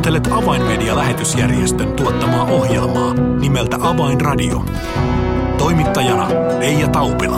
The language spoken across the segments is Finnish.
Kuuntelet Avainmedia-lähetysjärjestön tuottamaa ohjelmaa nimeltä Avainradio. Toimittajana Eija Taupila.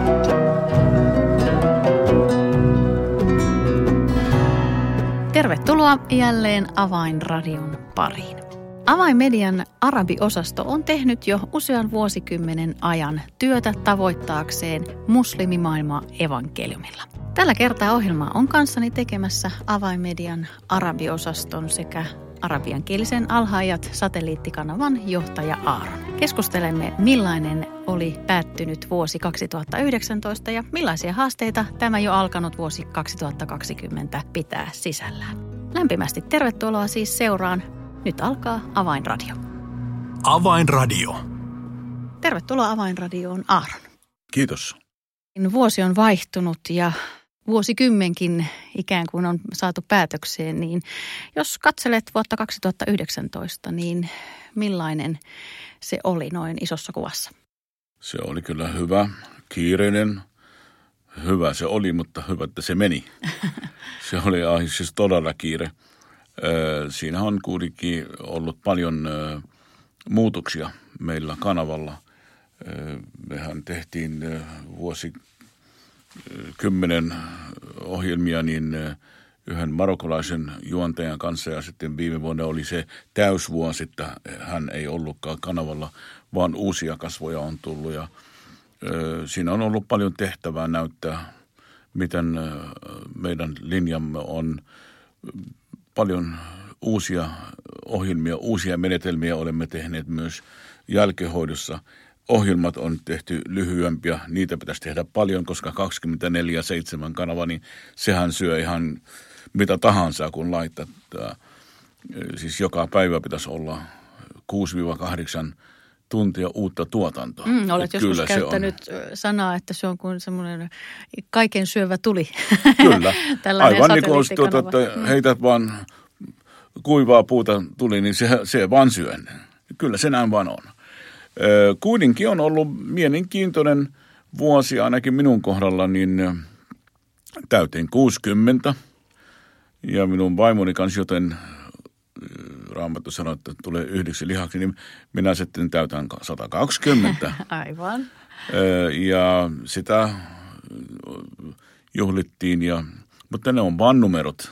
Tervetuloa jälleen Avainradion pariin. Avainmedian arabiosasto on tehnyt jo usean vuosikymmenen ajan työtä tavoittaakseen muslimimaailmaa evankeliumilla. Tällä kertaa ohjelmaa on kanssani tekemässä Avainmedian arabiosaston sekä arabiankielisen Al-Hayat satelliittikanavan johtaja Aaron. Keskustelemme, millainen oli päättynyt vuosi 2019 ja millaisia haasteita tämä jo alkanut vuosi 2020 pitää sisällään. Lämpimästi tervetuloa siis seuraan. Nyt alkaa Avainradio. Avainradio. Tervetuloa Avainradioon, Aaron. Kiitos. Vuosi on vaihtunut ja vuosikymmenkin ikään kuin on saatu päätökseen, niin jos katselet vuotta 2019, niin millainen se oli noin isossa kuvassa? Se oli kyllä hyvä, kiireinen. Hyvä se oli, mutta hyvä, että se meni. Se oli siis todella kiire. Siinä on kuitenkin ollut paljon muutoksia meillä kanavalla. Mehän tehtiin vuosi 10 ohjelmia niin yhden marokkolaisen juontajan kanssa ja sitten viime vuonna oli se täysvuosi, että hän ei ollutkaan kanavalla, vaan uusia kasvoja on tullut ja siinä on ollut paljon tehtävää näyttää, miten meidän linjamme on. Paljon uusia ohjelmia, uusia menetelmiä olemme tehneet myös jälkehoidossa. Ohjelmat on tehty lyhyempiä, niitä pitäisi tehdä paljon, koska 24/7 kanava, niin sehän syö ihan mitä tahansa, kun laittaa. Siis joka päivä pitäisi olla 6-8 tuntia uutta tuotantoa. Olet joskus käyttänyt sanaa, että se on kuin semmoinen kaiken syövä tuli. Kyllä, aivan niin kuin että heität vaan kuivaa puuta tuli, niin se vaan syö. Kyllä se näin vaan on. Kuitenkin on ollut mielenkiintoinen vuosi ainakin minun kohdalla, niin täytin 60 ja minun vaimoni kanssa, joten Raamattu sanoi, että tulee yhdeksi lihaksi, niin minä sitten täytän 120. Aivan. Ja sitä juhlittiin, mutta ne on vaan numerot.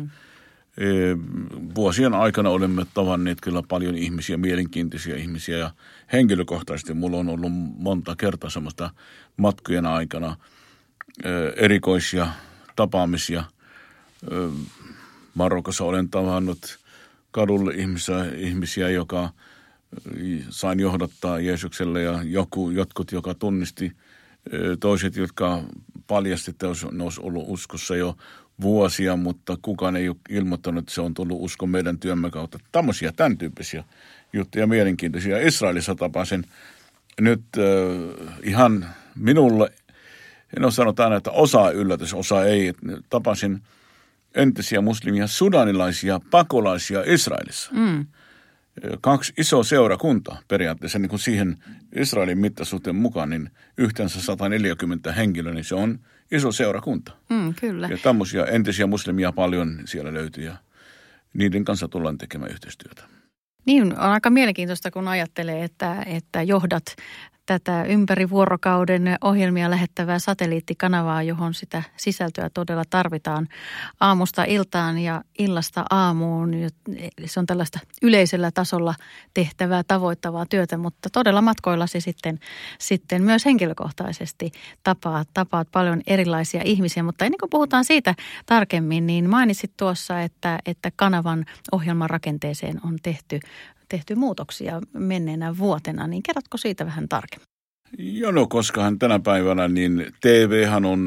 Vuosien aikana olemme tavanneet kyllä paljon ihmisiä, mielenkiintoisia ihmisiä ja henkilökohtaisesti mulla on ollut monta kertaa semmoista matkojen aikana erikoisia tapaamisia. Marokossa olen tavannut kadulle ihmisiä, joka sain johdattaa Jeesukselle ja jotkut, joka tunnisti, toiset, jotka paljasti, että ne olisi ollut uskossa jo vuosia, mutta kukaan ei ole ilmoittanut, että se on tullut usko meidän työmme kautta. Tämmöisiä, tämän tyyppisiä juttuja, mielenkiintoisia. Israelissa tapasin nyt ihan minulle, en ole sanonut aina, että osa yllätys, osa ei. Tapasin entisiä muslimia, sudanilaisia, pakolaisia Israelissa. 2 isoa seurakuntaa periaatteessa, niin kuin siihen Israelin mittasuhteen mukaan, niin yhteensä 140 henkilöä, niin se on iso seurakunta. Kyllä. Ja tämmöisiä entisiä muslimia paljon siellä löytyy ja niiden kanssa tullaan tekemään yhteistyötä. Niin, on aika mielenkiintoista, kun ajattelee, että johdat tätä ympärivuorokauden ohjelmia lähettävää satelliittikanavaa, johon sitä sisältöä todella tarvitaan aamusta iltaan ja illasta aamuun. Se on tällaista yleisellä tasolla tehtävää, tavoittavaa työtä, mutta todella matkoillasi sitten myös henkilökohtaisesti tapaat paljon erilaisia ihmisiä. Mutta ennen kuin puhutaan siitä tarkemmin, niin mainitsit tuossa, että kanavan ohjelman rakenteeseen on tehty muutoksia menneenä vuotena, niin kerrotko siitä vähän tarkemmin? Joo, no koskahan tänä päivänä, niin TVhän on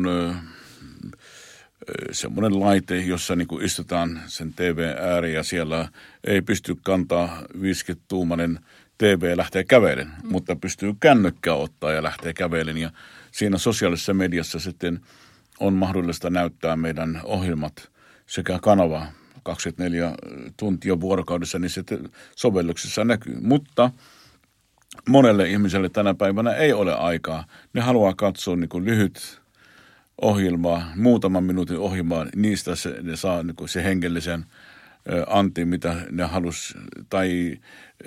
semmoinen laite, jossa niin kuin istutaan sen TV ääri ja siellä ei pysty kantaa 50-tuumainen TV lähtee kävelen, mutta pystyy kännykkää ottaa ja lähtee kävelen ja siinä sosiaalisessa mediassa sitten on mahdollista näyttää meidän ohjelmat sekä kanava 24 tuntia vuorokaudessa, niin se sovelluksessa näkyy. Mutta monelle ihmiselle tänä päivänä ei ole aikaa. Ne haluaa katsoa niin kuin lyhyt ohjelmaa, muutaman minuutin ohjelmaa, niistä ne saa niin kuin se hengellisen anti, mitä ne halus, tai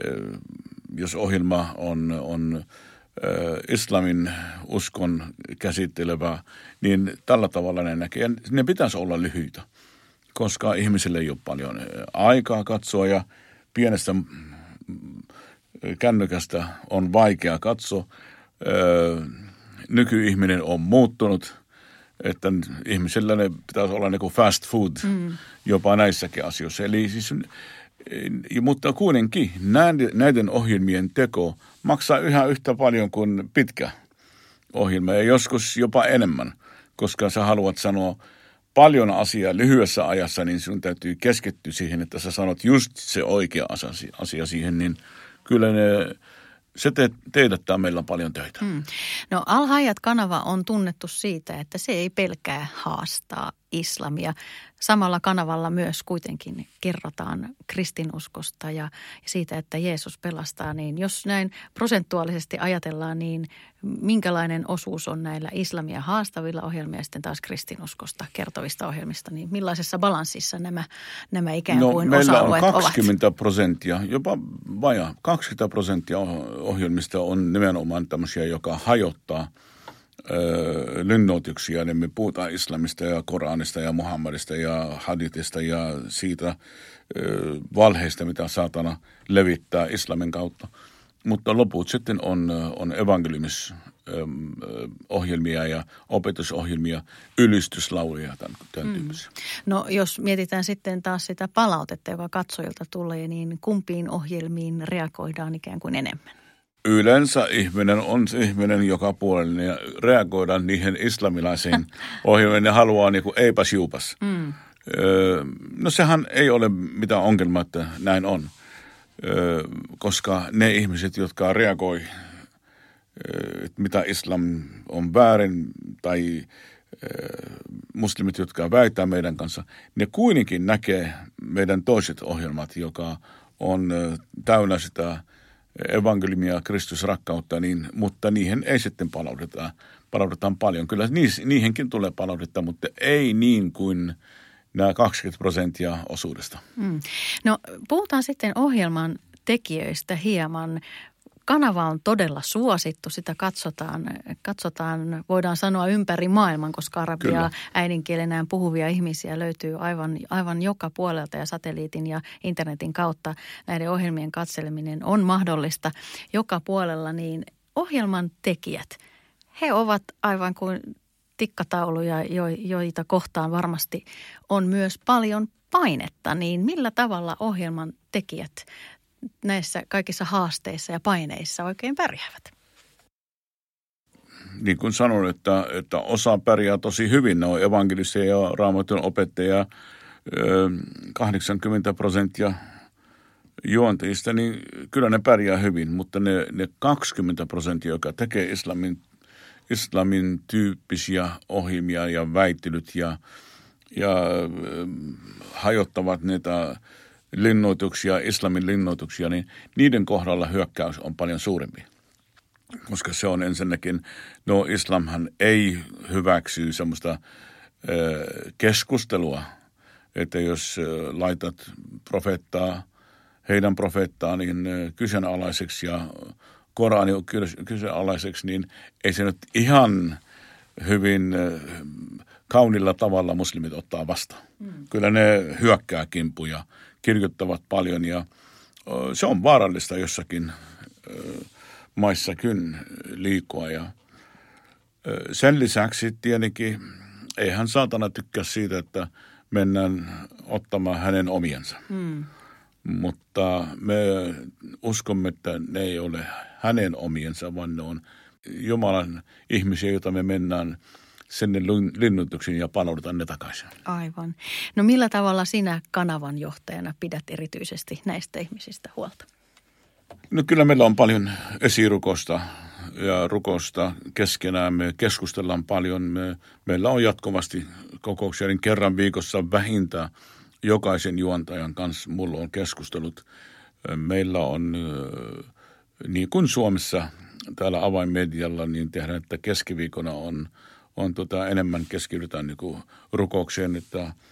jos ohjelma on islamin uskon käsittelevä, niin tällä tavalla ne näkee. Ja ne pitäisi olla lyhyitä, koska ihmisille ei ole paljon aikaa katsoa ja pienestä kännykästä on vaikea katsoa. Nykyihminen on muuttunut, että ihmisillä ne pitäisi olla niin kuin fast food jopa näissäkin asioissa. Eli siis, mutta kuitenkin näiden ohjelmien teko maksaa yhtä paljon kuin pitkä ohjelma ja joskus jopa enemmän, koska sä haluat sanoa paljon asiaa lyhyessä ajassa, niin sinun täytyy keskittyä siihen, että sä sanot just se oikea asia siihen, niin kyllä se teetättää meillä paljon töitä. No Al-Hayat-kanava on tunnettu siitä, että se ei pelkää haastaa islamia. Samalla kanavalla myös kuitenkin kerrotaan kristinuskosta ja siitä, että Jeesus pelastaa. Niin jos näin prosentuaalisesti ajatellaan, niin minkälainen osuus on näillä islamia haastavilla ohjelmia ja sitten taas kristinuskosta kertovista ohjelmista, niin millaisessa balanssissa nämä ikään kuin osa-alueet ovat? Meillä on 20%, jopa vajaa 20% ohjelmista on nimenomaan tämmöisiä, joka hajottaa linnoituksia, niin me puhutaan islamista ja Koranista ja Muhammadista ja haditista ja siitä valheista, mitä saatana levittää islamin kautta. Mutta loput sitten on evankeliumisohjelmia ja opetusohjelmia, ylistyslauluja tämän tyyppisiä. No jos mietitään sitten taas sitä palautetta, joka katsojilta tulee, niin kumpiin ohjelmiin reagoidaan ikään kuin enemmän? Yleensä ihminen on ihminen joka puolella ja reagoidaan niihin islamilaisiin ohjelmiin ja haluaa niin kuin eipäs juupas. No sehän ei ole mitään ongelmaa, että näin on, koska ne ihmiset, jotka reagoi, mitä islam on väärin tai muslimit, jotka väittää meidän kanssa, ne kuitenkin näkee meidän toiset ohjelmat, joka on täynnä sitä evankeliumia, Kristusrakkautta, niin, mutta niihin ei sitten palautetaan paljon. Kyllä niihinkin tulee palautetta, mutta ei niin kuin nämä 20% osuudesta. No puhutaan sitten ohjelman tekijöistä hieman. Kanava on todella suosittu, sitä katsotaan, voidaan sanoa ympäri maailman, koska arabiaa äidinkielenään puhuvia ihmisiä löytyy aivan joka puolelta ja satelliitin ja internetin kautta näiden ohjelmien katseleminen on mahdollista joka puolella, niin ohjelman tekijät, he ovat aivan kuin tikkatauluja, joita kohtaan varmasti on myös paljon painetta, niin millä tavalla ohjelman tekijät näissä kaikissa haasteissa ja paineissa oikein pärjäävät? Niin kuin sanon, että osa pärjää tosi hyvin. Ne on evankelisteja ja raamatun opettajia, 80% juontajista, niin kyllä ne pärjää hyvin. Mutta ne 20%, joka tekee islamin tyyppisiä ohjelmia ja väittelyt ja hajottavat niitä linnoituksia, islamin linnoituksia, niin niiden kohdalla hyökkäys on paljon suurempi. Koska se on ensinnäkin, islamhan ei hyväksy semmoista keskustelua, että jos laitat heidän profeettaa niin kyseenalaiseksi ja Korani kyseenalaiseksi, niin ei se nyt ihan hyvin kaunilla tavalla muslimit ottaa vastaan. Kyllä ne hyökkää kimpuja, kirjoittavat paljon ja se on vaarallista jossakin maissakin liikkua. Ja sen lisäksi tietenkin eihän saatana tykkää siitä, että mennään ottamaan hänen omiensa. Mutta me uskomme, että ne ei ole hänen omiensa, vaan ne on Jumalan ihmisiä, joita me mennään sinne linnoituksiin ja palautetaan ne takaisin. Aivan. No millä tavalla sinä kanavan johtajana pidät erityisesti näistä ihmisistä huolta? No kyllä meillä on paljon esirukosta ja rukosta keskenään. Me keskustellaan paljon. Meillä on jatkuvasti kokouksia, niin kerran viikossa vähintään jokaisen juontajan kanssa mulla on keskustelut. Meillä on, niin kuin Suomessa täällä avainmedialla, niin tehdään, että keskiviikkona on enemmän keskitytään niin rukoukseen, että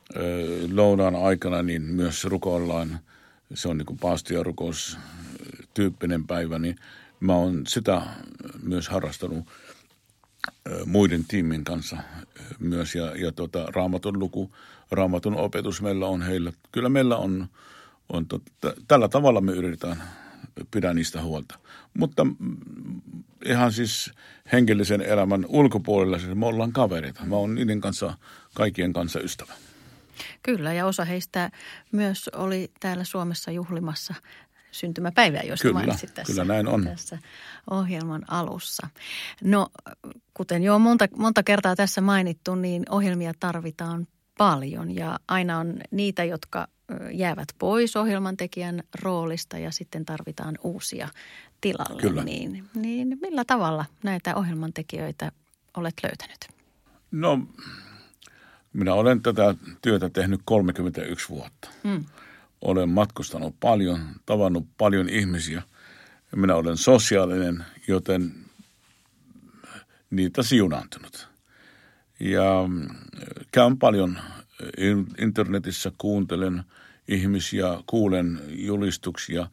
lounaan aikana niin myös rukoillaan. Se on niin kuin paastiarukous tyyppinen päivä, niin mä oon sitä myös harrastanut muiden tiimin kanssa myös. Ja Raamatun luku, Raamatun opetus meillä on heillä. Kyllä meillä on tällä tavalla me yritetään pidä niistä huolta. Mutta ihan siis henkilösen elämän ulkopuolella siis me ollaan kavereita. Mä oon niiden kanssa, kaikkien kanssa ystävä. Kyllä, ja osa heistä myös oli täällä Suomessa juhlimassa syntymäpäivää, joista mainitsit tässä, kyllä näin on. Tässä ohjelman alussa. No, kuten jo monta kertaa tässä mainittu, niin ohjelmia tarvitaan paljon ja aina on niitä, jotka jäävät pois ohjelmantekijän roolista ja sitten tarvitaan uusia tilalle. Kyllä. Niin millä tavalla näitä ohjelmantekijöitä olet löytänyt? No, minä olen tätä työtä tehnyt 31 vuotta. Olen matkustanut paljon, tavannut paljon ihmisiä. Minä olen sosiaalinen, joten niitä siunaantunut. Ja käyn paljon internetissä, kuuntelen ihmisiä, kuulen julistuksia.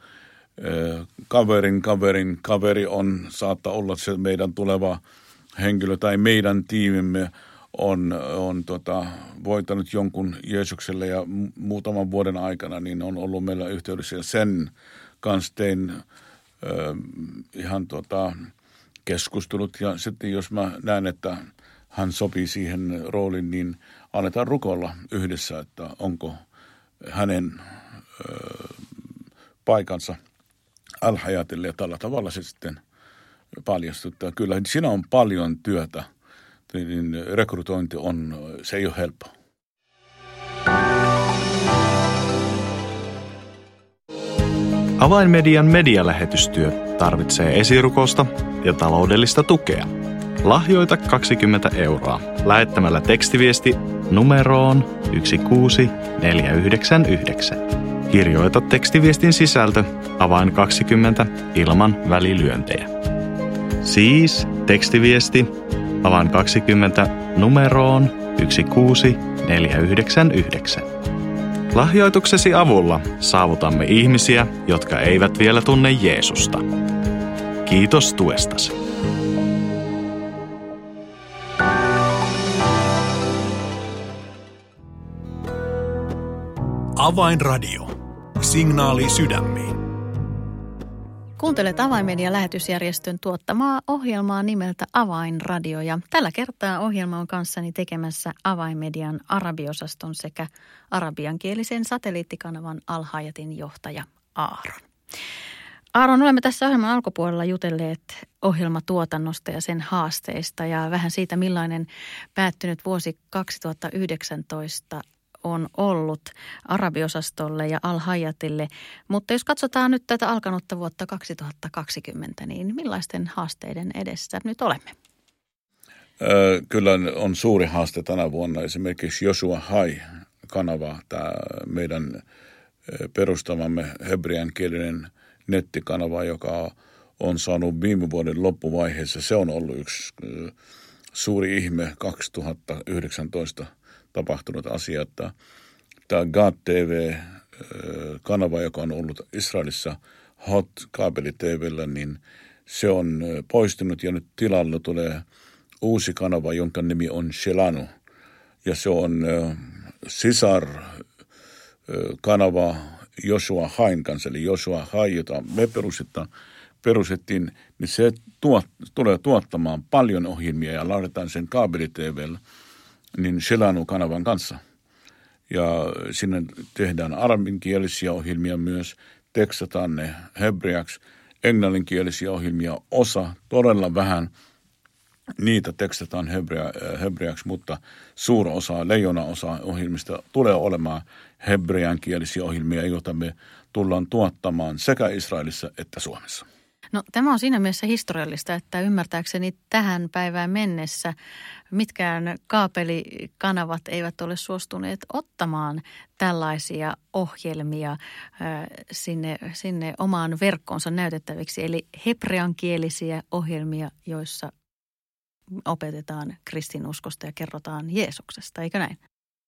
Kaveri saattaa olla se meidän tuleva henkilö tai meidän tiimimme on voittanut jonkun Jeesukselle ja muutaman vuoden aikana niin on ollut meillä yhteydessä ja sen kanssa tein ihan keskustelut ja sitten jos mä näen, että hän sopii siihen rooliin, niin annetaan rukoilla yhdessä, että onko hänen paikansa Al-Hayatille ja tällä tavalla se sitten paljastuttaa. Kyllä siinä on paljon työtä. Niin rekrytointi se ei ole helppoa. Avainmedian medialähetystyö tarvitsee esirukousta ja taloudellista tukea. Lahjoita 20 € lähettämällä tekstiviesti numeroon 16499. Kirjoita tekstiviestin sisältö avain 20 ilman välilyöntejä. Siis tekstiviesti avain 20 numeroon 16499. Lahjoituksesi avulla saavutamme ihmisiä, jotka eivät vielä tunne Jeesusta. Kiitos tuestasi. Avainradio. Signaali sydämiin. Kuuntelet Avainmedian lähetysjärjestön tuottamaa ohjelmaa nimeltä Avainradio ja tällä kertaa ohjelma on kanssani tekemässä Avainmedian arabiosaston sekä arabiankielisen satelliittikanavan Al-Hayatin johtaja Aaron. Aaron, olemme tässä ohjelman alkupuolella jutelleet ohjelmatuotannosta ja sen haasteista ja vähän siitä, millainen päättynyt vuosi 2019 on ollut arabiosastolle ja Al-Hayatille. Mutta jos katsotaan nyt tätä alkanutta vuotta 2020, niin millaisten haasteiden edessä nyt olemme? Kyllä on suuri haaste tänä vuonna. Esimerkiksi Joshua Hai-kanava, tämä meidän perustamamme hebreankielinen nettikanava, joka on saanut viime vuoden loppuvaiheessa. Se on ollut yksi suuri ihme 2019 tapahtunut asia, että tämä Gad TV-kanava, joka on ollut Israelissa Hot kaabeli-TV:llä, niin se on poistunut ja nyt tilalla tulee uusi kanava, jonka nimi on Shelanu. Ja se on sisar-kanava Joshua Hain kanssa, eli Joshua Hai, jota me perustettiin, niin se tulee tuottamaan paljon ohjelmia ja laitetaan sen kaabeli-TV:llä. Niin Shelanu-kanavan kanssa. Ja sinne tehdään arabinkielisiä ohjelmia myös, tekstataan ne hebreaksi, englanninkielisiä ohjelmia, osa, todella vähän, niitä tekstataan hebreaksi, mutta suuri osa, leijonaosa ohjelmista tulee olemaan hebreankielisiä ohjelmia, joita me tullaan tuottamaan sekä Israelissa että Suomessa. No tämä on siinä mielessä historiallista, että ymmärtääkseni tähän päivään mennessä mitkään kaapelikanavat eivät ole suostuneet ottamaan tällaisia ohjelmia sinne omaan verkkoonsa näytettäviksi. Eli hebreankielisiä ohjelmia, joissa opetetaan kristinuskosta ja kerrotaan Jeesuksesta, eikö näin?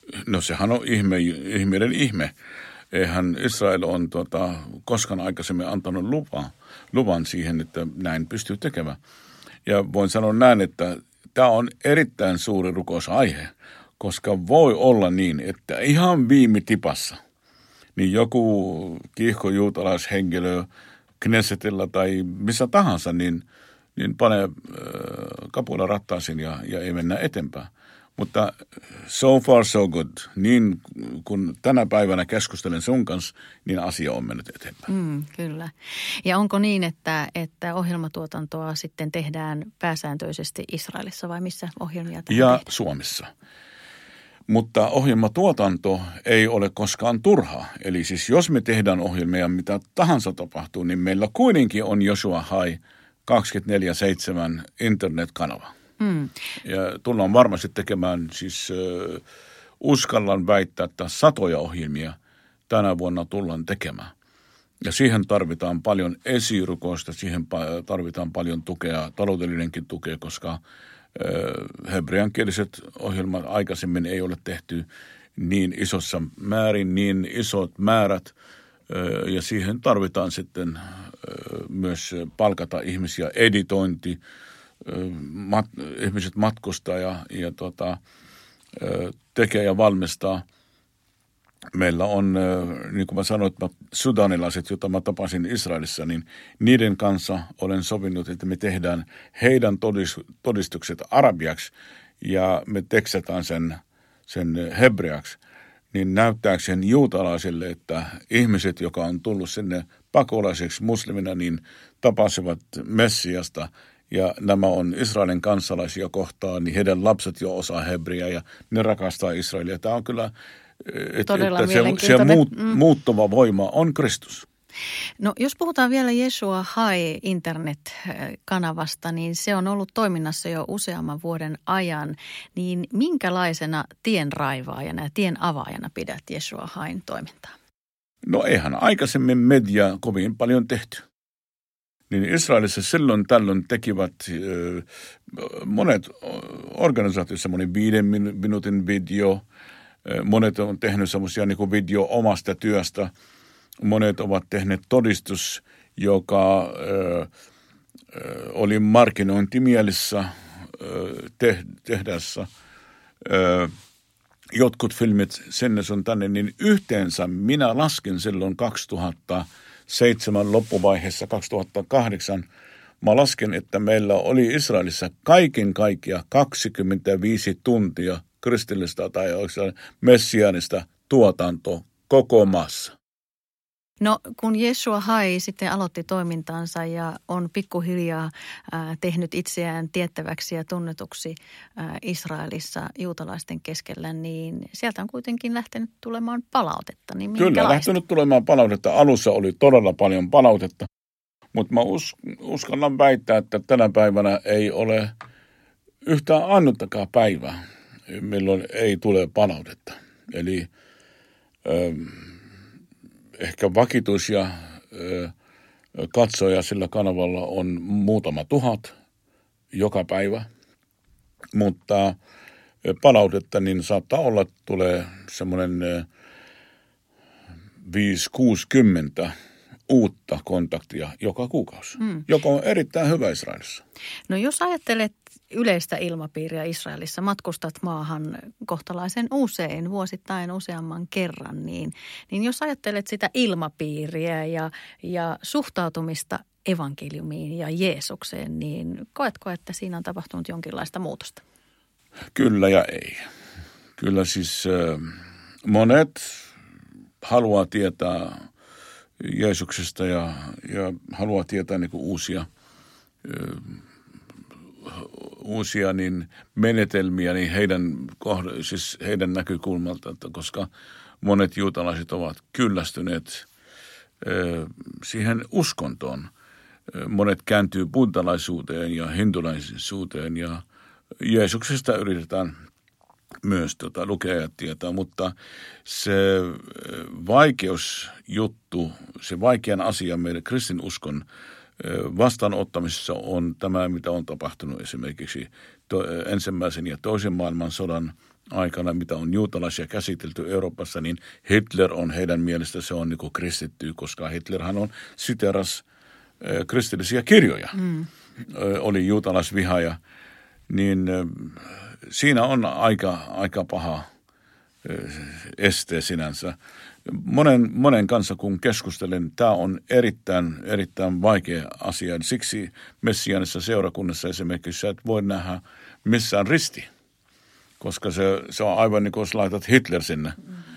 No sehän on ihmeiden ihme. Eihän Israel on koskaan aikaisemmin antanut luvan siihen, että näin pystyy tekemään. Ja voin sanoa näin, että tämä on erittäin suuri rukousaihe, koska voi olla niin, että ihan viime tipassa niin joku kiihkojuutalaishenkilö Knessetillä tai missä tahansa, niin panee kapula rattaisiin ja ei mennä eteenpäin. Mutta so far so good. Niin kun tänä päivänä keskustelen sun kanssa, niin asia on mennyt eteenpäin. Kyllä. Ja onko niin, että ohjelmatuotantoa sitten tehdään pääsääntöisesti Israelissa vai missä ohjelmia tehdään? Ja Suomessa. Mutta ohjelmatuotanto ei ole koskaan turhaa. Eli siis jos me tehdään ohjelmia, mitä tahansa tapahtuu, niin meillä kuitenkin on Joshua High 24/7 internetkanava. Ja tullaan varmasti tekemään, siis uskallan väittää, että satoja ohjelmia tänä vuonna tullaan tekemään. Ja siihen tarvitaan paljon esirukoista, siihen tarvitaan paljon tukea, taloudellinenkin tukea, koska hebreankieliset ohjelmat aikaisemmin ei ole tehty niin isossa määrin, niin isot määrät, ja siihen tarvitaan sitten myös palkata ihmisiä, editointi, ihmiset matkustaa ja tekee ja valmistaa. Meillä on, niin kuin mä sanoin, että sudanilaiset, joita mä tapasin Israelissa, niin niiden kanssa olen sopinut, että me tehdään heidän todistukset arabiaksi ja me tekstataan sen hebreaksi. Niin näyttääkseen juutalaisille, että ihmiset, jotka on tullut sinne pakolaiseksi muslimina, niin tapasivat Messiasta. Ja nämä on Israelin kansalaisia kohtaan, niin heidän lapset jo osaa hebreaa ja ne rakastaa Israelia. Tämä on kyllä, että se muuttuva voima on Kristus. No jos puhutaan vielä Joshua High internet-kanavasta, niin se on ollut toiminnassa jo useamman vuoden ajan. Niin minkälaisena tienraivaajana ja tien avaajana pidät Joshua Highin toimintaa? No eihän aikaisemmin media kovin paljon tehty. Niin Israelissa silloin tällöin tekivät monet organisaatiot semmoinen 5 minuutin video. Monet on tehnyt semmoisia niin kuin video omasta työstä. Monet ovat tehneet todistus, joka oli markkinointimielessä tehdessä. Jotkut filmit sen sun tänne, niin yhteensä minä laskin silloin 2007 loppuvaiheessa, 2008, mä lasken, että meillä oli Israelissa kaiken kaikkiaan 25 tuntia kristillistä tai messiaanista tuotanto koko maassa. No kun Joshua High sitten aloitti toimintansa ja on pikkuhiljaa tehnyt itseään tiettäväksi ja tunnetuksi Israelissa juutalaisten keskellä, niin sieltä on kuitenkin lähtenyt tulemaan palautetta. Niin kyllä, lähtenyt tulemaan palautetta. Alussa oli todella paljon palautetta, mutta mä uskallan väittää, että tänä päivänä ei ole yhtään ainuttakaan päivää, milloin ei tule palautetta. Eli ehkä vakitus ja katsoja sillä kanavalla on muutama tuhat joka päivä, mutta palautetta niin saattaa olla, että tulee semmoinen 5-60 uutta kontaktia joka kuukausi, joka on erittäin hyvä Israelissa. No jos ajattelet yleistä ilmapiiriä Israelissa, matkustat maahan kohtalaisen usein, vuosittain useamman kerran, niin jos ajattelet sitä ilmapiiriä ja suhtautumista evankeliumiin ja Jeesukseen, niin koetko, että siinä on tapahtunut jonkinlaista muutosta? Kyllä ja ei. Kyllä siis monet haluaa tietää Jeesuksesta ja haluaa tietää niin kuin uusia niin menetelmiä niin heidän näkökulmalta, koska monet juutalaiset ovat kyllästyneet siihen uskontoon. Monet kääntyy buddhalaisuuteen ja hindulaisuuteen ja Jeesuksesta yritetään myös lukea ja tietää, mutta se vaikeusjuttu, se vaikean asia meidän kristinuskon vastaanottamisessa on tämä, mitä on tapahtunut esimerkiksi ensimmäisen ja toisen maailmansodan aikana, mitä on juutalaisia käsitelty Euroopassa, niin Hitler on heidän mielestä se on niin kuin kristitty, koska Hitlerhän on siteeras kristillisiä kirjoja. Oli juutalaisvihaaja, niin siinä on aika paha este sinänsä. Monen kanssa kun keskustelen, tämä on erittäin vaikea asia. Siksi messiaanisessa seurakunnassa esimerkiksi sä et voi nähdä missään risti, koska se on aivan niin kuin jos laitat Hitler sinne.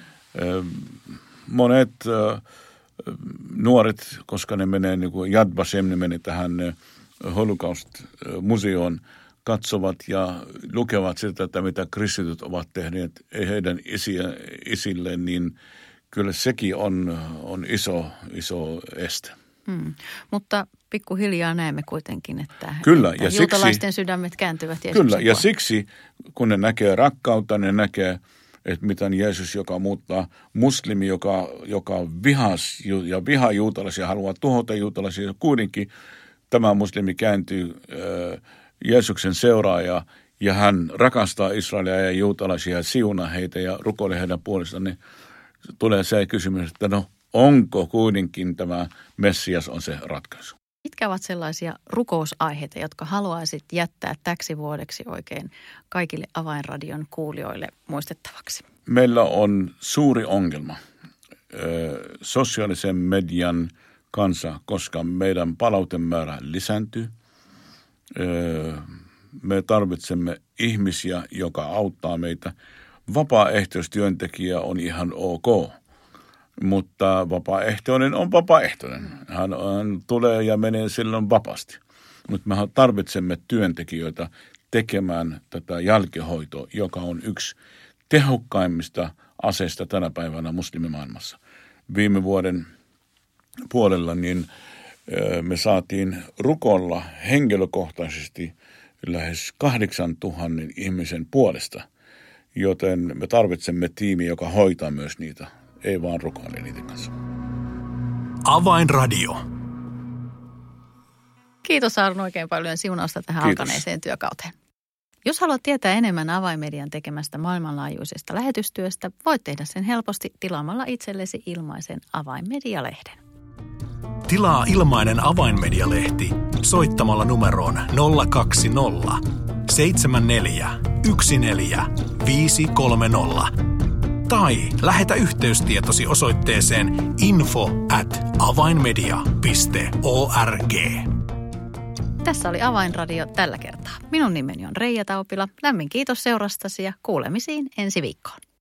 Monet nuoret, koska ne menee niin kuin Yad Vashem, ne menee tähän Holocaust-museoon, katsovat ja lukevat sitä, että mitä kristityt ovat tehneet heidän isilleen, niin kyllä sekin on iso este. Mutta pikkuhiljaa näemme kuitenkin, että juutalaisten sydämet kääntyvät Jeesuksen Kyllä, ja puolelle. siksi kun ne näkee rakkautta, ne näkee, että miten Jeesus, joka muuttaa muslimi, joka vihaa juutalaisia, haluaa tuhota juutalaisia, kuitenkin tämä muslimi kääntyy Jeesuksen seuraaja ja hän rakastaa Israelia ja juutalaisia ja siunaa heitä ja rukoilee heidän puolestaan, niin tulee se kysymys, että no onko kuitenkin tämä Messias on se ratkaisu. Mitkä ovat sellaisia rukousaiheita, jotka haluaisit jättää täksi vuodeksi oikein kaikille Avainradion kuulijoille muistettavaksi? Meillä on suuri ongelma sosiaalisen median kanssa, koska meidän palautemäärä lisääntyy. Me tarvitsemme ihmisiä, joka auttaa meitä. Vapaaehtoistyöntekijä on ihan ok, mutta vapaaehtoinen on vapaaehtoinen. Hän tulee ja menee silloin vapaasti. Mutta me tarvitsemme työntekijöitä tekemään tätä jälkihoitoa, joka on yksi tehokkaimmista aseista tänä päivänä muslimimaailmassa. Viime vuoden puolella niin me saatiin rukoilla henkilökohtaisesti lähes 8,000 ihmisen puolesta, joten me tarvitsemme tiimi, joka hoitaa myös niitä, ei vaan rukoile niiden kanssa. Avainradio. Kiitos Aaron oikein paljon siunausta tähän alkaneeseen työkauteen. Jos haluat tietää enemmän Avainmedian tekemästä maailmanlaajuisesta lähetystyöstä, voit tehdä sen helposti tilaamalla itsellesi ilmaisen Avainmedia-lehden. Tilaa ilmainen Avainmedia-lehti soittamalla numeroon 020 74 14 530 tai lähetä yhteystietosi osoitteeseen info@avainmedia.org. Tässä oli Avainradio tällä kertaa. Minun nimeni on Reija Taupila. Lämmin kiitos seurastasi ja kuulemisiin ensi viikkoon.